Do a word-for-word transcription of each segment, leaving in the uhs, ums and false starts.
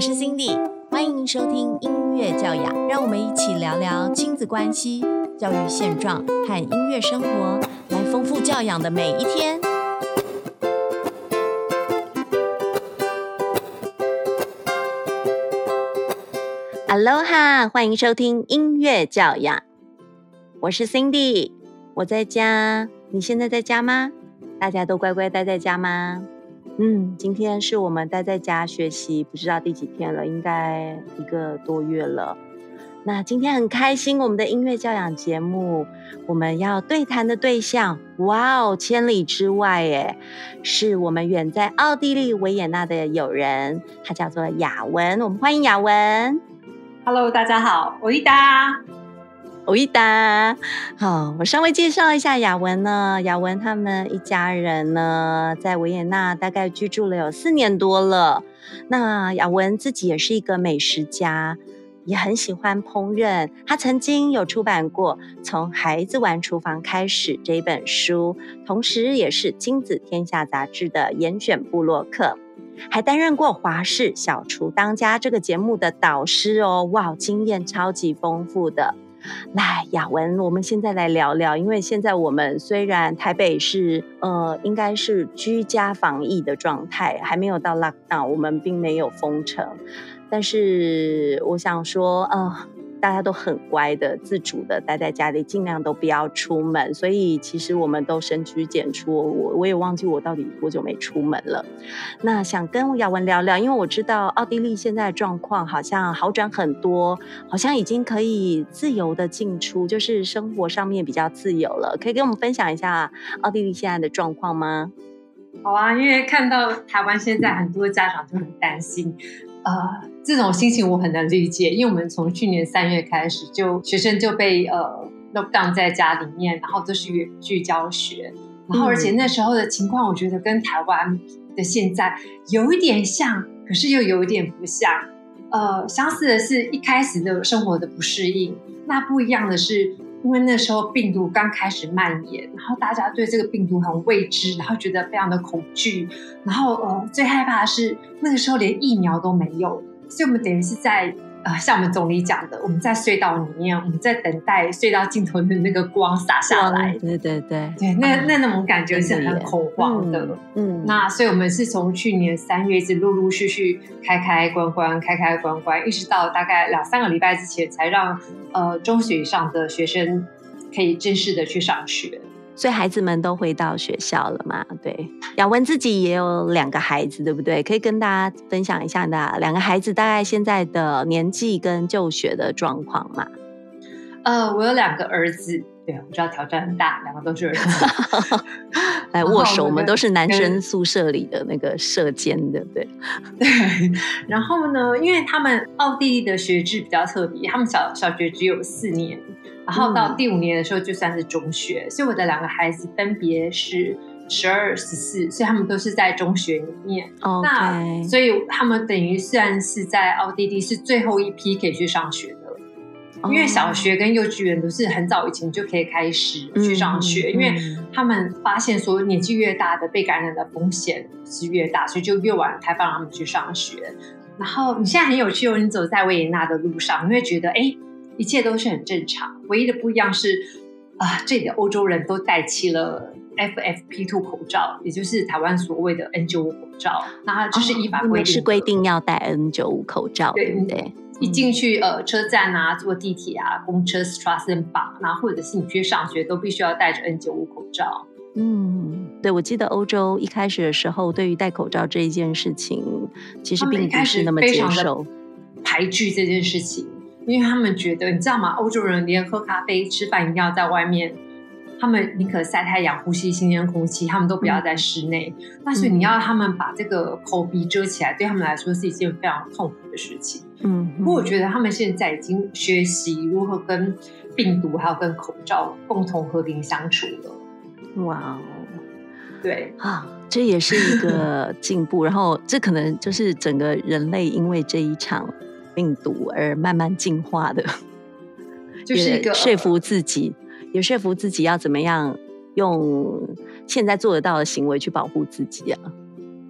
是 Cindy， 欢迎收听音乐教养，让我们一起聊聊亲子关系、教育现状和音乐生活，来丰富教养的每一天。Aloha， 欢迎收听音乐教养，我是 Cindy， 我在家，你现在在家吗？大家都乖乖待在家吗？嗯，今天是我们待在家学习，不知道第几天了，应该一个多月了。那今天很开心，我们的音乐教养节目，我们要对谈的对象，哇哦，千里之外耶，是我们远在奥地利维也纳的友人，他叫做雅文，我们欢迎雅文。 Hello， 大家好，我伊达。 我伊达，好，我稍微介绍一下雅文呢。雅文他们一家人呢，在维也纳大概居住了有四年多了。那雅文自己也是一个美食家，也很喜欢烹饪。他曾经有出版过《从孩子玩厨房开始》这一本书，同时也是亲子天下杂志的严选部落客。还担任过华视小厨当家这个节目的导师哦，哇，经验超级丰富的。来，雅文，我们现在来聊聊，因为现在我们虽然台北是呃，应该是居家防疫的状态，还没有到 lockdown， 我们并没有封城，但是我想说，呃，大家都很乖的，自主的待在家里，尽量都不要出门，所以其实我们都深居简出，我我也忘记我到底多久没出门了。那想跟雅文聊聊，因为我知道奥地利现在的状况好像好转很多，好像已经可以自由的进出，就是生活上面比较自由了。可以跟我们分享一下奥地利现在的状况吗？ 好啊，因为看到台湾现在很多家长就很担心，呃，这种心情我很能理解，因为我们从去年三月开始就学生就被呃 lockdown 在家里面，然后都是远距教学，然后而且那时候的情况我觉得跟台湾的现在有一点像，可是又有一点不像。呃，相似的是一开始的生活的不适应，那不一样的是因为那时候病毒刚开始蔓延，然后大家对这个病毒很未知，然后觉得非常的恐惧，然后呃最害怕的是那个时候连疫苗都没有，所以我们等于是在呃像我们总理讲的，我们在隧道里面，我们在等待隧道尽头的那个光洒下来。 对对对对，那、啊、那那种感觉是很恐慌的。嗯，嗯那所以我们是从去年三月一直陆陆续续开开关关，开开关关，一直到大概两三个礼拜之前，才让呃中学以上的学生可以正式的去上学。 所以孩子们都回到学校了嘛？对，雅文自己也有两个孩子，对不对？可以跟大家分享一下的两个孩子大概现在的年纪跟就学的状况嘛？ 呃，我有两个儿子，对，我知道挑战很大，两个都是儿子。 来握手，我们都是男生宿舍里的那个舍监的，对。 对，然后呢，因为他们奥地利的学制比较特别，他们小小学只有四年。然后到第五年的时候就算是中学、嗯、所以我的两个孩子分别是十二、十四，所以他们都是在中学里面。 Okay. 那所以他们等于算是在奥地利是最后一批可以去上学的，因为小学跟幼稚园都是很早以前就可以开始去上学、嗯、因为他们发现说年纪越大的被感染的风险是越大，所以就越晚开放让他们去上学。然后你现在很有趣哦，你走在维也纳的路上，你会觉得哎。一切都是很正常，唯一的不一样是啊，这里的欧洲人都戴起了 F F P 二 口罩，也就是台湾所谓的 N 九十五 口罩，那就是依法规定、哦、 是规定要戴 N 九十五 口罩，对不对？ 一进去呃车站啊，坐地铁啊，公车 Straßenbahn， 然后或者是你去上学都必须要戴着 N 九十五 口罩。 嗯，对，我记得欧洲一开始的时候，对于戴口罩这一件事情，其实并不是那么接受， 排拒这件事情。因为他们觉得，你知道吗？欧洲人连喝咖啡、吃饭一定要在外面，他们宁可晒太阳、呼吸新鲜空气，他们都不要在室内。嗯、那所以你要他们把这个口鼻遮起来，对他们来说是一件非常痛苦的事情。嗯，不过我觉得他们现在已经学习如何跟病毒还有跟口罩共同和平相处了。哇哦，对啊，这也是一个进步。然后这可能就是整个人类因为这一场病毒而慢慢进化的， 就是一个说服自己，也说服自己要怎么样用现在做得到的行为去保护自己啊。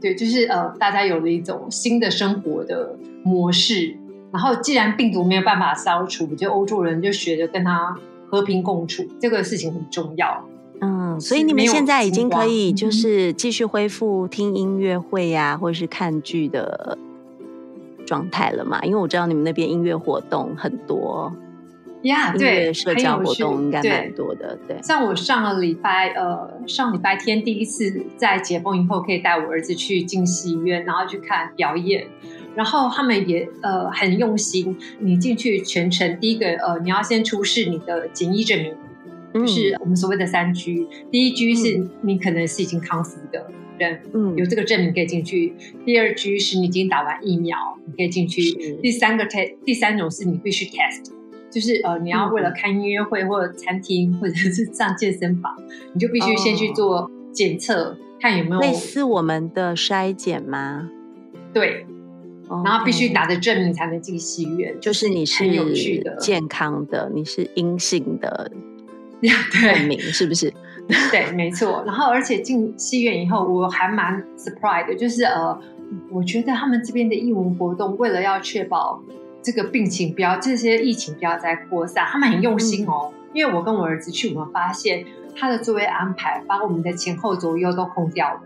对，就是呃，大家有了一种新的生活的模式。然后既然病毒没有办法消除，就欧洲人就学着跟它和平共处，这个事情很重要。 嗯，所以你们现在已经可以就是继续恢复听音乐会呀、啊，或者是看剧的状态了嘛？因为我知道你们那边音乐活动很多。 呀、yeah, 音乐社交活动应该蛮多的。对， 像我上个礼拜呃上礼拜天第一次在解封以后可以带我儿子去进戏院，然后去看表演，然后他们也呃很用心，你进去全程第一个呃你要先出示你的检疫证明，就是我们所谓的三 G、嗯、第一 G 是你可能是已经康复的人、嗯、有这个证明可以进去，第二 G 是你已经打完疫苗你可以进去，第三个 te- 第三种是你必须 test，就是呃，你要为了看音乐会或者餐厅或者是上健身房，你就必须先去做检测、哦，看有没有类似我们的筛检吗？ 对， okay. 然后必须拿着证明才能进戏院， 就是你是很有趣的、 健康的，你是阴性的证明，是不是？ 对，没错。然后而且进戏院以后，我还蛮 surprised 的，就是呃，我觉得他们这边的艺文活动，为了要确保这个病情不要，这些疫情不要再扩散，他们很用心哦、嗯。因为我跟我儿子去，我们发现他的座位安排把我们的前后左右都空掉了。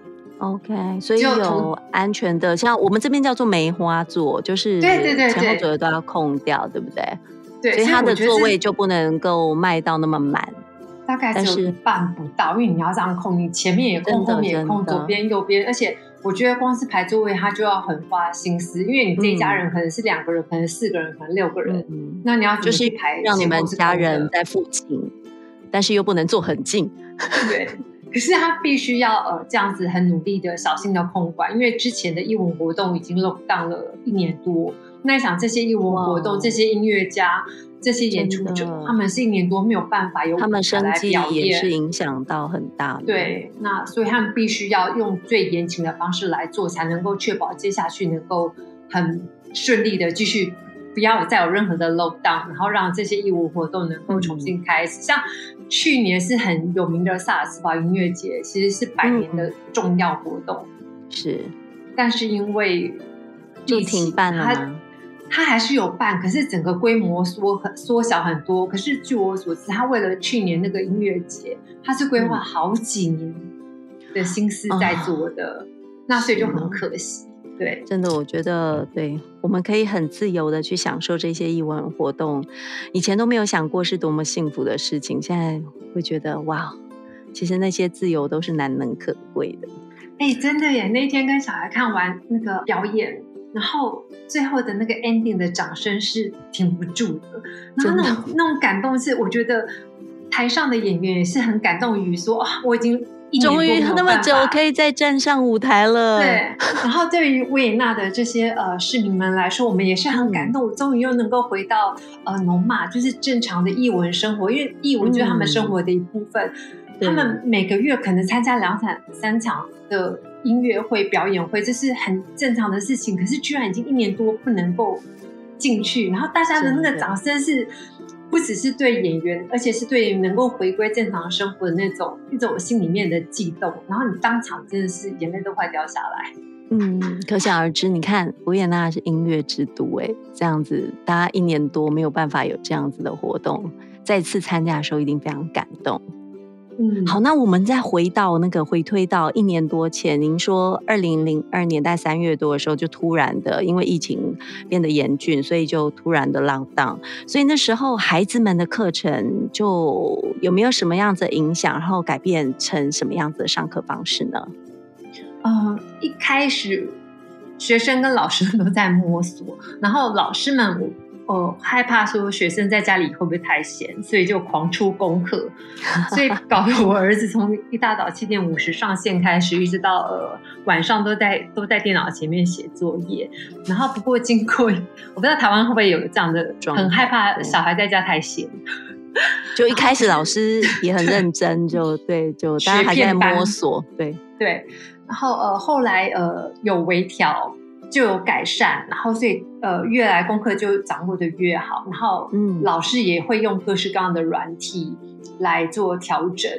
OK， 所以有安全的，像我们这边叫做梅花座，就是前后左右都要空掉，对不对？ 对， 所以他的座位就不能够卖到那么满， 大概只有一半不到，因为你要这样空，你前面也空，后面也空，左边右边，而且我觉得光是排座位他就要很花心思，因为你这一家人可能是两个人、嗯、可能四个人，可能六个人、嗯、那你要怎么去排， 就是让你们家人在附近，但是又不能坐很近。 对，可是他必须要呃这样子很努力的小心的控管，因为之前的艺文活动已经 lock down 了一年多，那你想这些艺文活动、这些音乐家、这些演出者，他们是一年多没有办法有他们生计也是影响到很大的。 对，那所以他们必须要用最严谨的方式来做，才能够确保接下去能够很顺利的继续，不要再有任何的 lockdown， 然后让这些义务活动能够重新开始。嗯、像去年是很有名的萨尔茨堡音乐节，其实是百年的重要活动， 嗯、是， 但是因为就停办了吗？ 它还是有办，可是整个规模缩很缩小很多。可是据我所知，他为了去年那个音乐节，他是规划好几年的心思在做的，嗯、那所以就很可惜。对， 真的，我觉得对，我们可以很自由的去享受这些艺文活动，以前都没有想过是多么幸福的事情，现在会觉得哇，其实那些自由都是难能可贵的。 哎，真的耶！那一天跟小孩看完那个表演，然后最后的那个 ending 的掌声是停不住的，然后那种那种感动是，我觉得台上的演员也是很感动于说啊，我已经一年多没有办法， 终于那么久可以再站上舞台了。 对，然后对于维也纳的这些呃市民们来说，我们也是很感动，嗯、终于又能够回到呃农马，就是正常的艺文生活，因为艺文就是他们生活的一部分。嗯、他们每个月可能参加两场、三场的音乐会、表演会，这是很正常的事情。可是居然已经一年多不能够进去，然后大家的那个掌声是不只是对演员，而且是对能够回归正常生活的那种一种心里面的悸动。然后你当场真的是眼泪都快掉下来。 嗯，可想而知，你看维也纳是音乐之都，哎，这样子大家一年多没有办法有这样子的活动，再次参加的时候一定非常感动。嗯，好，那我们再回到那个回推到一年多前，您说二零零二年在三月多的时候就突然的因为疫情变得严峻，所以就突然的 lockdown， 所以那时候孩子们的课程就有没有什么样子的影响，然后改变成什么样子的上课方式呢？ 呃，一开始学生跟老师都在摸索，然后老师们哦，害怕说学生在家里会不会太闲，所以就狂出功课，所以搞得我儿子从一大早七点五十上线开始，一直到呃晚上都在都在电脑前面写作业。然后不过经过，我不知道台湾会不会有这样的，很害怕小孩在家太闲。 就一开始老师也很认真，就对，就大家还在摸索，对对。然后呃后来呃有微调。就有改善，然后所以呃，越来功课就掌握的越好，然后嗯，老师也会用各式各样的软体来做调整，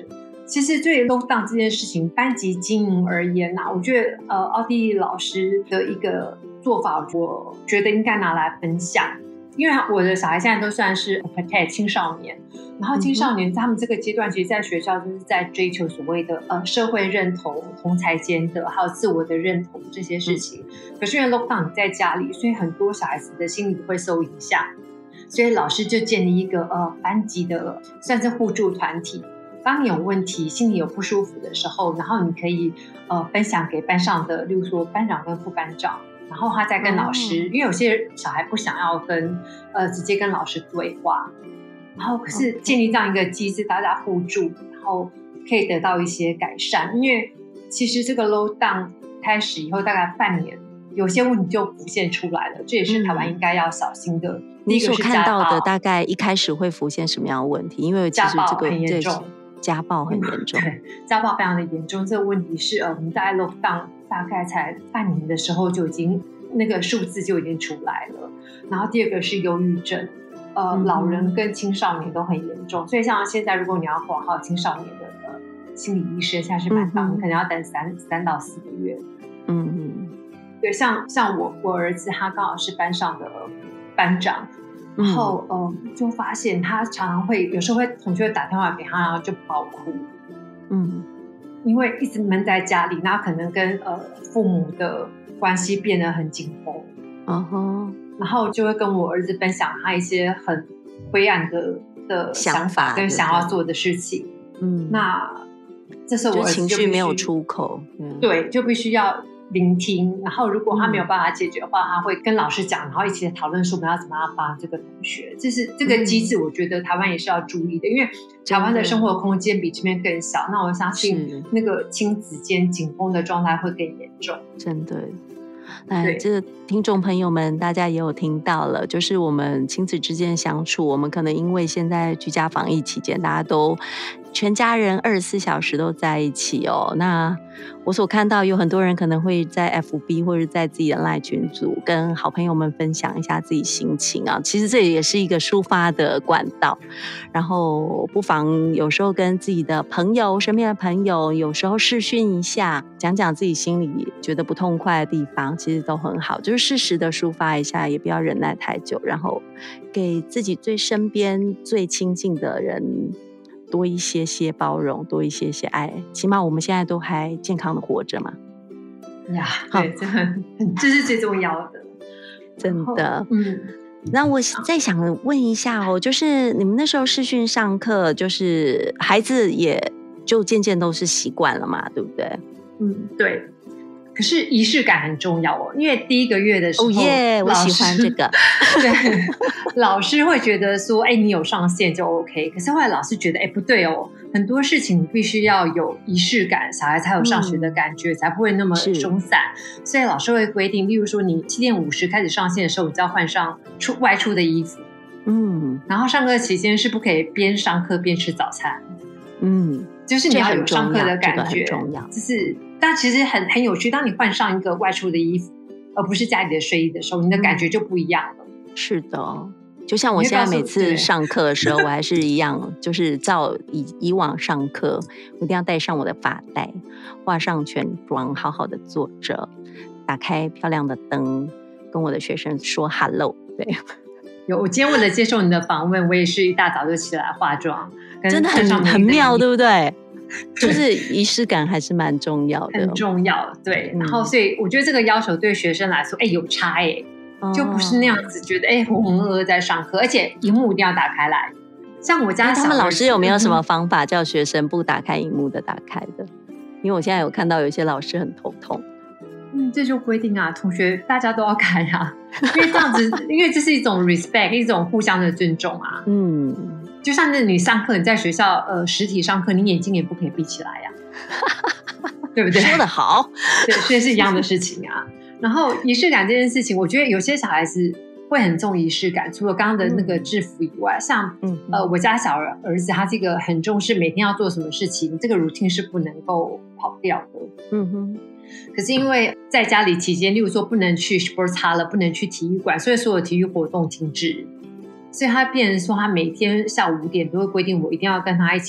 其实对 lockdown 这件事情，班级经营而言啊，我觉得呃，奥地利老师的一个做法，我觉得应该拿来分享。因为我的小孩现在都算是 protect 青少年，然后青少年他们这个阶段，其实在学校就是在追求所谓的呃社会认同、同才间的，还有自我的认同这些事情。嗯、可是因为 lockdown 你在家里，所以很多小孩子的心理会受影响，所以老师就建立一个呃班级的算是互助团体。当你有问题、心里有不舒服的时候，然后你可以呃分享给班上的，例如说班长跟副班长，然后他再跟老师，哦、因为有些小孩不想要跟呃直接跟老师对话，然后可是建立这样一个机制，大家互助，然后可以得到一些改善。因为其实这个 lockdown 开始以后大概半年，有些问题就浮现出来了，这也是台湾应该要小心的。嗯、 你所看到的大概一开始会浮现什么样的问题？因为其实这个很严重。 家暴很严重， 对，家暴非常的严重。这个问题是呃，我们在 lockdown 大概才半年的时候就已经那个数字就已经出来了。然后第二个是忧郁症，呃，嗯、老人跟青少年都很严重。所以像现在，如果你要挂号青少年的呃心理医生，现在是蛮棒，你、嗯、可能要等三三到四个月。嗯嗯，对，像像我我儿子他刚好是班上的班长。然后，嗯，就发现他常常会有时候会同学会打电话给他，然后就爆哭，嗯，因为一直闷在家里，然后可能跟呃父母的关系变得很紧绷，嗯哼，然后就会跟我儿子分享他一些很灰暗的的想法跟想要做的事情，嗯，那这时候我儿子就情绪没有出口， 嗯、对，就必须要聆听，然后如果他没有办法解决的话，嗯、他会跟老师讲，然后一起讨论说我们要怎么样帮这个同学。这是这个机制，我觉得台湾也是要注意的，嗯、因为台湾的生活空间比这边更小，那我相信那个亲子间紧绷的状态会更严重。 真的。哎，这听众朋友们，大家也有听到了，就是我们亲子之间相处，我们可能因为现在居家防疫期间，大家都全家人二十四小时都在一起哦。那我所看到有很多人可能会在 F B 或者在自己的 LINE 群组跟好朋友们分享一下自己心情啊，其实这也是一个抒发的管道。然后不妨有时候跟自己的朋友、身边的朋友，有时候视讯一下，讲讲自己心里觉得不痛快的地方，其实都很好。就是适时的抒发一下，也不要忍耐太久，然后给自己最身边最亲近的人多一些些包容，多一些些爱，起码我们现在都还健康的活着嘛。 呀，对，这很这是最重要的， 真的。嗯，那我再想问一下哦，就是你们那时候视讯上课，就是孩子也就渐渐都是习惯了嘛，对不对？ 嗯，对。可是仪式感很重要哦，因为第一个月的时候， 哦耶，我喜欢这个。 对，老师会觉得说，哎，你有上线就 OK。可是后来老师觉得，哎，不对哦，很多事情你必须要有仪式感，小孩才有上学的感觉，嗯、才不会那么松散。所以老师会规定，例如说你七点五十开始上线的时候，你就要换上出外出的衣服，嗯，然后上课期间是不可以边上课边吃早餐，嗯，就是你要有上课的感觉， 这很重要， 就是。但其实很很有趣，当你换上一个外出的衣服，而不是家里的睡衣的时候，你的感觉就不一样了。 嗯、是的，就像我现在每次上课的时候，我还是一样，就是照以以往上课，我一定要带上我的发带，化上全妆，好好的坐着，打开漂亮的灯，跟我的学生说 hello。对， 有我今天为了接受你的访问，我也是一大早就起来化妆， 真的很很妙，对不对？就是仪式感还是蛮重要的， 很重要，对。嗯、然后，所以我觉得这个要求对学生来说，哎，有差哎，哦、就不是那样子觉得哎浑浑噩噩在上课，而且荧幕一定要打开来。像我家小他们老师有没有什么方法叫学生不打开荧幕的打开的？因为我现在有看到有些老师很头痛。 嗯，这就规定啊，同学大家都要开啊，因为这样子，因为这是一种 respect， 一种互相的尊重啊。嗯。就像是你上课，你在学校呃实体上课，你眼睛也不可以闭起来呀、啊，对不对？ 说得好， 对，所以是一样的事情啊。然后仪式感这件事情，我觉得有些小孩子会很重仪式感，除了刚刚的那个制服以外，嗯、像、嗯、呃我家小儿子，他这个很重视每天要做什么事情，这个 routine 是不能够跑掉的。嗯哼。可是因为在家里期间，例如说不能去 sports hall 了，不能去体育馆，所以所有体育活动停止。所以他变成说，他每天下午五点都会规定我一定要跟他一起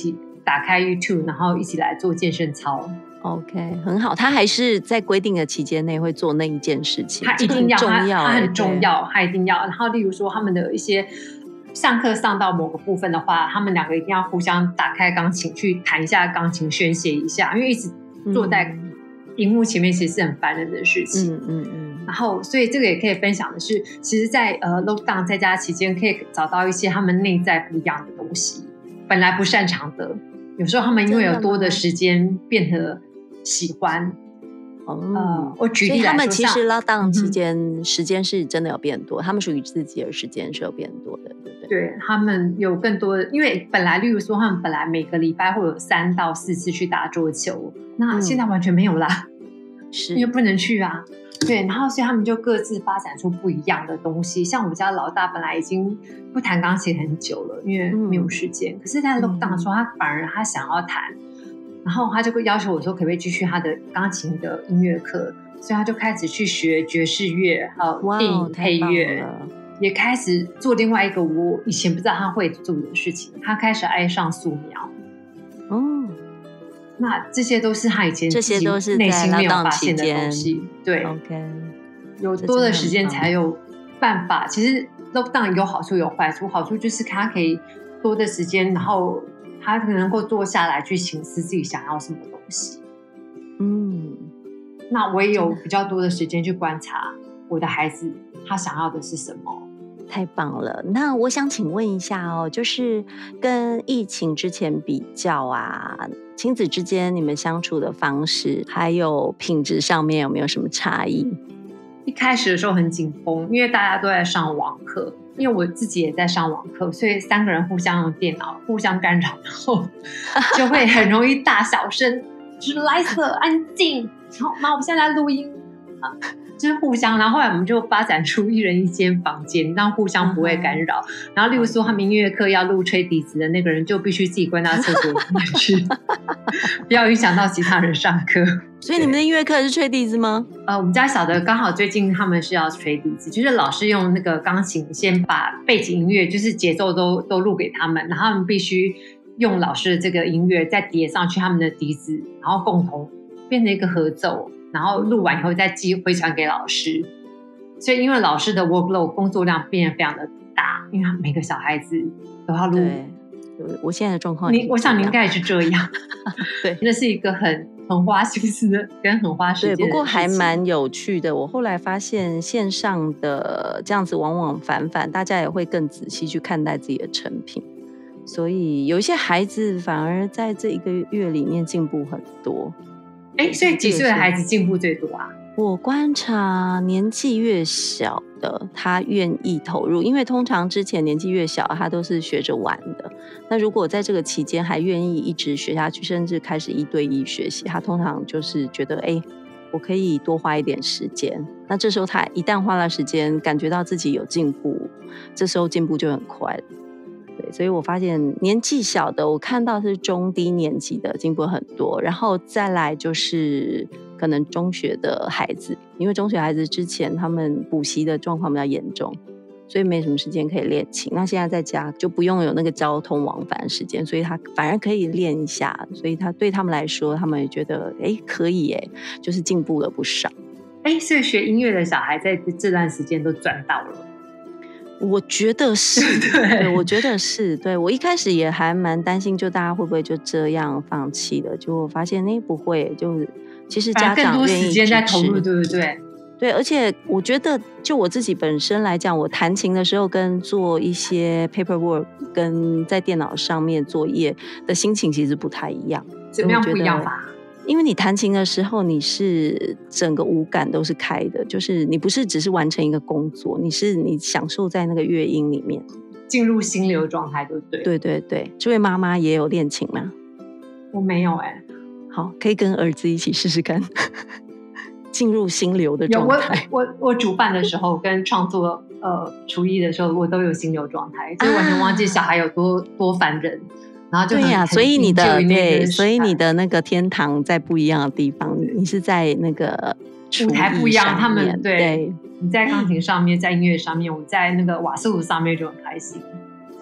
打开 YouTube， 然后一起来做健身操。 OK， 很好，他还是在规定的期间内会做那一件事情， 他一定要， 重要， 他很重要，他一定要。然后例如说他们的一些上课上到某个部分的话，他们两个一定要互相打开钢琴去弹一下钢琴，宣泄一下，因为一直坐在荧幕前面其实是很烦人的事情。嗯嗯嗯。然后，所以这个也可以分享的是，其实在，在呃 lockdown 在家期间，可以找到一些他们内在不一样的东西，本来不擅长的，有时候他们因为有多的时间变得喜欢。 哦、 呃，我举例来说， 所以他们其实 lockdown 期间、嗯、时间是真的有变多，他们属于自己的时间是有变多的，对不对？ 对，他们有更多的，因为本来例如说他们本来每个礼拜会有三到四次去打桌球，那现在完全没有啦，是、嗯、因为不能去啊。对，然后所以他们就各自发展出不一样的东西。像我们家老大本来已经不弹钢琴很久了，因为没有时间、嗯、可是在 lockdown 的时候、嗯、他反而他想要弹，然后他就会要求我说可不可以继续他的钢琴的音乐课，所以他就开始去学爵士乐还有电影配乐，也开始做另外一个我以前不知道他会做的事情，他开始爱上素描。哦，那这些都是他以前自己内心没有发现的东西。对 ，OK， 有多的时间才有办法。其实 lockdown 有好处有坏处，好处就是他可以多的时间，然后他可能能够坐下来去省思自己想要什么东西。嗯，那我也有比较多的时间去观察我的孩子他想要的是什么。 太棒了！那我想请问一下哦，就是跟疫情之前比较啊，亲子之间你们相处的方式还有品质上面有没有什么差异？ 一开始的时候很紧绷，因为大家都在上网课，因为我自己也在上网课，所以三个人互相用电脑互相干扰，然后就会很容易大小声就是莱瑟安静，然后妈我现在在录音啊，就是互相，然后后来我们就发展出一人一间房间，让互相不会干扰、嗯、然后例如说他们音乐课要录吹笛子的那个人就必须自己关到厕所里面去不要影响到其他人上课。 所以你们的音乐课是吹笛子吗？ 呃，我们家小的刚好最近他们是要吹笛子，就是老师用那个钢琴先把背景音乐就是节奏都都录给他们，然后他们必须用老师的这个音乐再叠上去他们的笛子，然后共同变成一个合奏，然后录完以后再寄回传给老师。所以因为老师的 workload 工作量变得非常的大，因为每个小孩子都要录。 对，我现在的状况也是这样， 我想你应该也是这样对， 那是一个很很花心思的跟很花时间的事情。 对，不过还蛮有趣的。我后来发现线上的这样子往往反反，大家也会更仔细去看待自己的成品，所以有一些孩子反而在这一个月里面进步很多。 哎，所以几岁的孩子进步最多啊？ 我观察年纪越小的他愿意投入，因为通常之前年纪越小他都是学着玩的，那如果在这个期间还愿意一直学下去，甚至开始一对一学习，他通常就是觉得哎，我可以多花一点时间，那这时候他一旦花了时间感觉到自己有进步，这时候进步就很快了。对，所以我发现年纪小的我看到是中低年级的进步很多，然后再来就是可能中学的孩子，因为中学孩子之前他们补习的状况比较严重，所以没什么时间可以练琴，那现在在家就不用有那个交通往返的时间，所以他反而可以练一下，所以他对他们来说他们也觉得哎可以耶，就是进步了不少。 哎，所以学音乐的小孩在这段时间都赚到了。 我觉得是对, 对，我觉得是对。我一开始也还蛮担心，就大家会不会就这样放弃了？结果发现那不会，就其实家长愿意支持，更多时间在投入， 对不对？ 对，而且我觉得，就我自己本身来讲，我弹琴的时候跟做一些 paperwork， 跟在电脑上面作业的心情其实不太一样。 怎么样不一样法？ 因为你弹琴的时候你是整个五感都是开的，就是你不是只是完成一个工作，你是你享受在那个乐音里面， 进入心流状态，对不对？ 对对对。这位妈妈也有练琴吗？ 我没有哎、欸。 好，可以跟儿子一起试试看进入心流的状态。 我我我主办的时候跟创作呃厨艺的时候我都有心流状态，就完全忘记小孩有多、啊、多烦人，然后就很对呀、啊，所以你的对，所以你的那个天堂在不一样的地方，你是在那个舞台不一样，他们 对, 对你在钢琴上面，在音乐上面，我在那个瓦斯炉上面就很开心。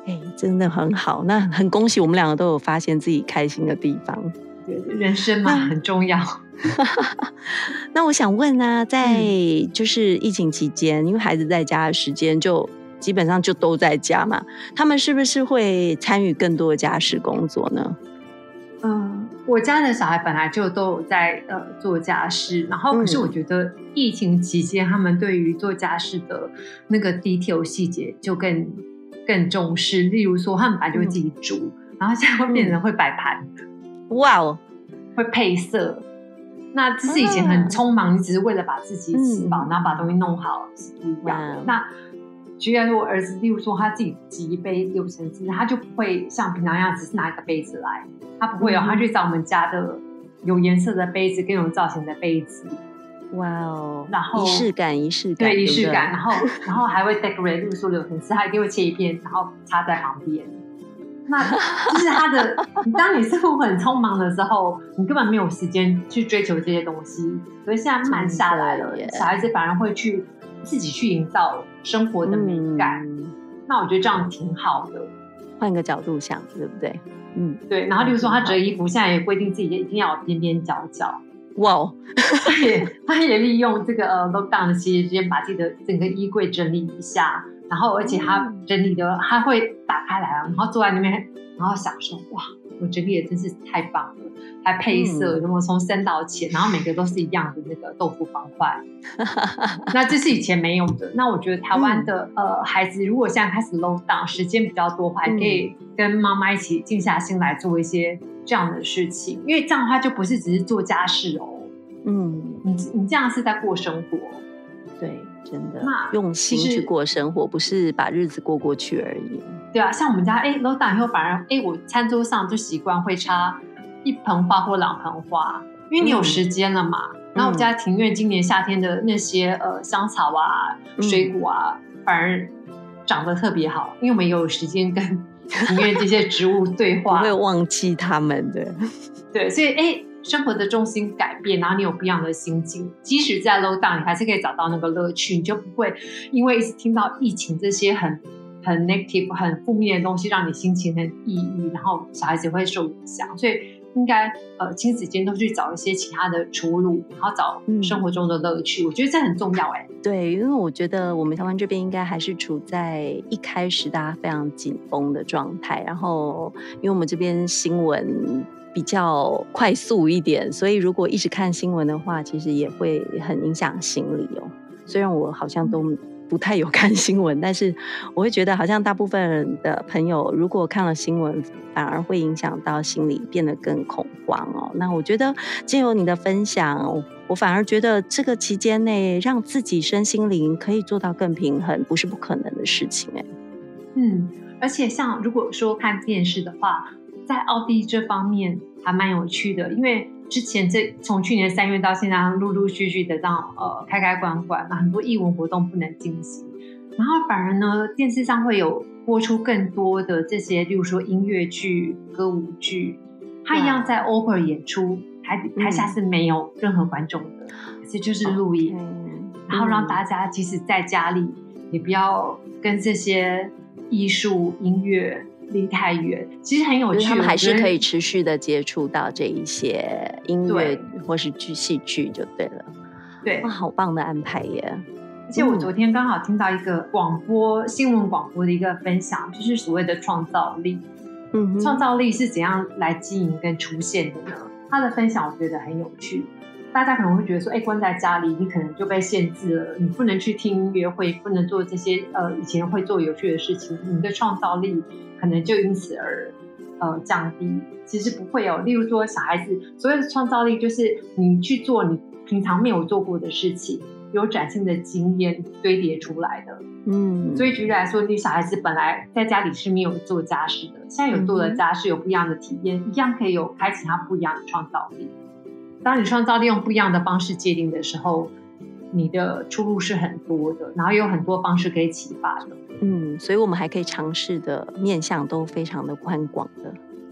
哎，真的很好，那很恭喜我们两个都有发现自己开心的地方。 对，人生嘛，很重要。 那我想问啊，在嗯就是疫情期间，因为孩子在家的时间就基本上就都在家嘛，他们是不是会参与更多的家事工作呢？ 嗯，我家的小孩本来就都有在呃做家事，然后可是我觉得疫情期间他们对于做家事的那个 detail 细节就更更重视，例如说他们本来就会自己煮，嗯、然后现在会变成会摆盘， 哇哦， 会配色。那这是以前很匆忙，你只是为了把自己吃饱，嗯、然后把东西弄好是不一样的。那举例来说，我儿子，例如说他自己挤一杯柳橙汁，他就不会像平常一样只是拿一个杯子来，他不会有，嗯、他去找我们家的有颜色的杯子跟有造型的杯子。 哇哦， 然后仪式感，仪式感， 对仪式感，然后然后还会 decorate， 例如说柳橙汁，他一定会切一片，然后插在旁边。那就是他的，当你生活很匆忙的时候，你根本没有时间去追求这些东西。所以现在慢下来了，小孩子反而会去自己去营造生活的美感。嗯、那我觉得这样挺好的。 换个角度想，对不对？嗯， 对。然后，例如说他折衣服，现在也规定自己一定要有边边角角。 哇哦！ 他也他也利用这个呃 lockdown 的期间，把自己的整个衣柜整理一下。然后，而且他整理的，他会打开来啊，然后坐在那边，然后想说：“哇，我整理的真是太棒了！”还配色，什么从深到浅，然后每个都是一样的那个豆腐方块。那这是以前没有的。那我觉得台湾的、嗯、呃孩子，如果现在开始 low down， 时间比较多，还可以跟妈妈一起静下心来做一些这样的事情，因为这样的话就不是只是做家事哦。嗯，你你这样是在过生活。 对。真的用心去过生活，不是把日子过过去而已。 对啊，像我们家哎 low down 以后，反而哎我餐桌上就习惯会插一盆花或两盆花，因为你有时间了嘛。嗯、然后我们家庭院今年夏天的那些呃香草啊、水果啊，嗯、反而长得特别好，因为我们有时间跟庭院这些植物对话， 不会忘记他们的。 对，所以哎。生活的重心改变，然后你有不一样的心境，即使在 low down 你还是可以找到那个乐趣，你就不会因为一直听到疫情这些很很 negative 很负面的东西让你心情很抑郁，然后小孩子会受影响。所以应该呃亲子间都去找一些其他的出路，然后找生活中的乐趣、嗯、我觉得这很重要。哎， 对，因为我觉得我们台湾这边应该还是处在一开始大家非常紧绷的状态，然后因为我们这边新闻比较快速一点，所以如果一直看新闻的话，其实也会很影响心理哦。虽然我好像都不太有看新闻，但是我会觉得好像大部分人的朋友如果看了新闻，反而会影响到心理变得更恐慌哦。那我觉得借由你的分享，我反而觉得这个期间内让自己身心灵可以做到更平衡，不是不可能的事情。 嗯，而且像如果说看电视的话，在奥地利这方面还蛮有趣的，因为之前这从去年三月到现在，陆陆续续的让呃开开关关，很多艺文活动不能进行，然后反而呢电视上会有播出更多的这些，例如说音乐剧、歌舞剧，它一样在 opera 演出，台台下是没有任何观众的，可是就是录影， okay, 然后让大家即使在家里，也不要跟这些艺术音乐离太远，其实很有趣， 他们还是可以持续的接触到这一些音乐或是剧戏剧就对了。 对， 哇，好棒的安排耶！ 而且我昨天刚好听到一个广播、嗯、新闻广播的一个分享，就是所谓的创造力。嗯，创造力是怎样来经营跟出现的呢？他的分享我觉得很有趣。大家可能会觉得说，哎，关在家里，你可能就被限制了，你不能去听音乐会，不能做这些呃以前会做有趣的事情，你的创造力可能就因此而呃降低。其实不会有，例如说小孩子所谓的创造力，就是你去做你平常没有做过的事情，有崭新的经验堆叠出来的。嗯，所以举例来说，你小孩子本来在家里是没有做家事的，现在有做了家事，有不一样的体验，一样可以有开启他不一样的创造力。当你创造力用不一样的方式界定的时候，你的出路是很多的，然后有很多方式可以启发的。 嗯，所以我们还可以尝试的面向都非常的宽广的。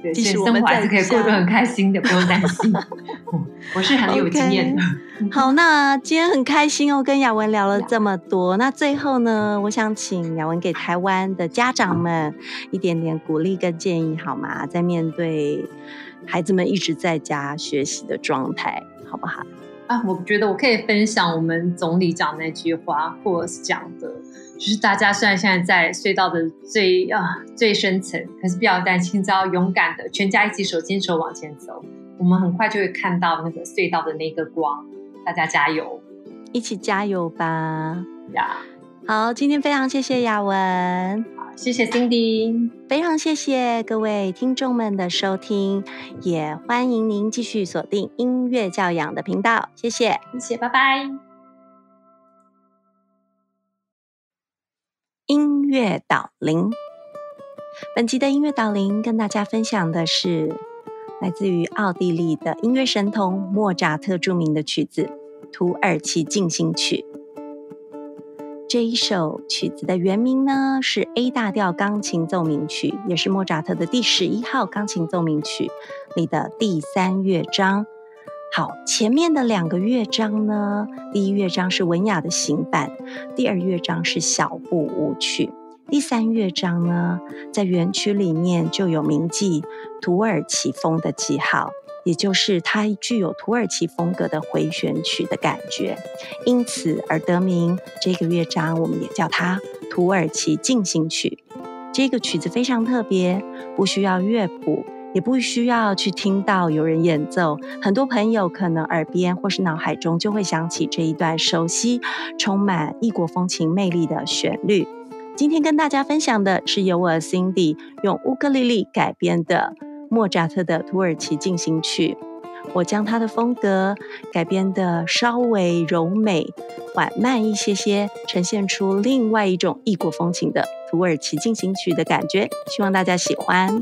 对， 即使所以生活还我们在家是可以过得很开心的，不用担心。嗯我是很有经验的。 好，那今天很开心哦，跟雅文聊了这么多。那最后呢，我想请雅文给台湾的家长们一点点鼓励跟建议，好吗？在面对孩子们一直在家学习的状态，好不好？ 啊，我觉得我可以分享我们总理讲那句话，或者是讲的，就是大家虽然现在在隧道的最啊最深层，可是不要担心，只要勇敢的全家一起手牵手往前走，我们很快就会看到那个隧道的那个光。大家加油， 一起加油吧！ 呀、 好，今天非常谢谢雅文。 谢谢 Cindy， 非常谢谢各位听众们的收听，也欢迎您继续锁定音乐教养的频道，谢谢。 谢谢，拜拜。 音乐导聆，本集的音乐导聆跟大家分享的是来自于奥地利的音乐神童莫扎特著名的曲子《土耳其进行曲》。这一首曲子的原名呢是 A 大调钢琴奏鸣曲，也是莫扎特的第十一号钢琴奏鸣曲里的第三乐章。好，前面的两个乐章呢，第一乐章是文雅的行板，第二乐章是小步舞曲。第三乐章呢，在原曲里面就有铭记土耳其风的记号，也就是它具有土耳其风格的回旋曲的感觉，因此而得名。这个乐章我们也叫它土耳其进行曲。这个曲子非常特别，不需要乐谱，也不需要去听到有人演奏，很多朋友可能耳边或是脑海中就会想起这一段熟悉、充满异国风情魅力的旋律。今天跟大家分享的是由我 Cindy 用乌克丽丽改编的莫扎特的土耳其进行曲。我将他的风格改编的稍微柔美、缓慢一些些，呈现出另外一种异国风情的土耳其进行曲的感觉，希望大家喜欢。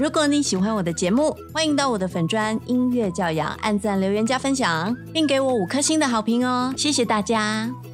如果你喜欢我的节目，欢迎到我的粉专音乐教养按赞留言加分享，并给我五颗星的好评哦，谢谢大家。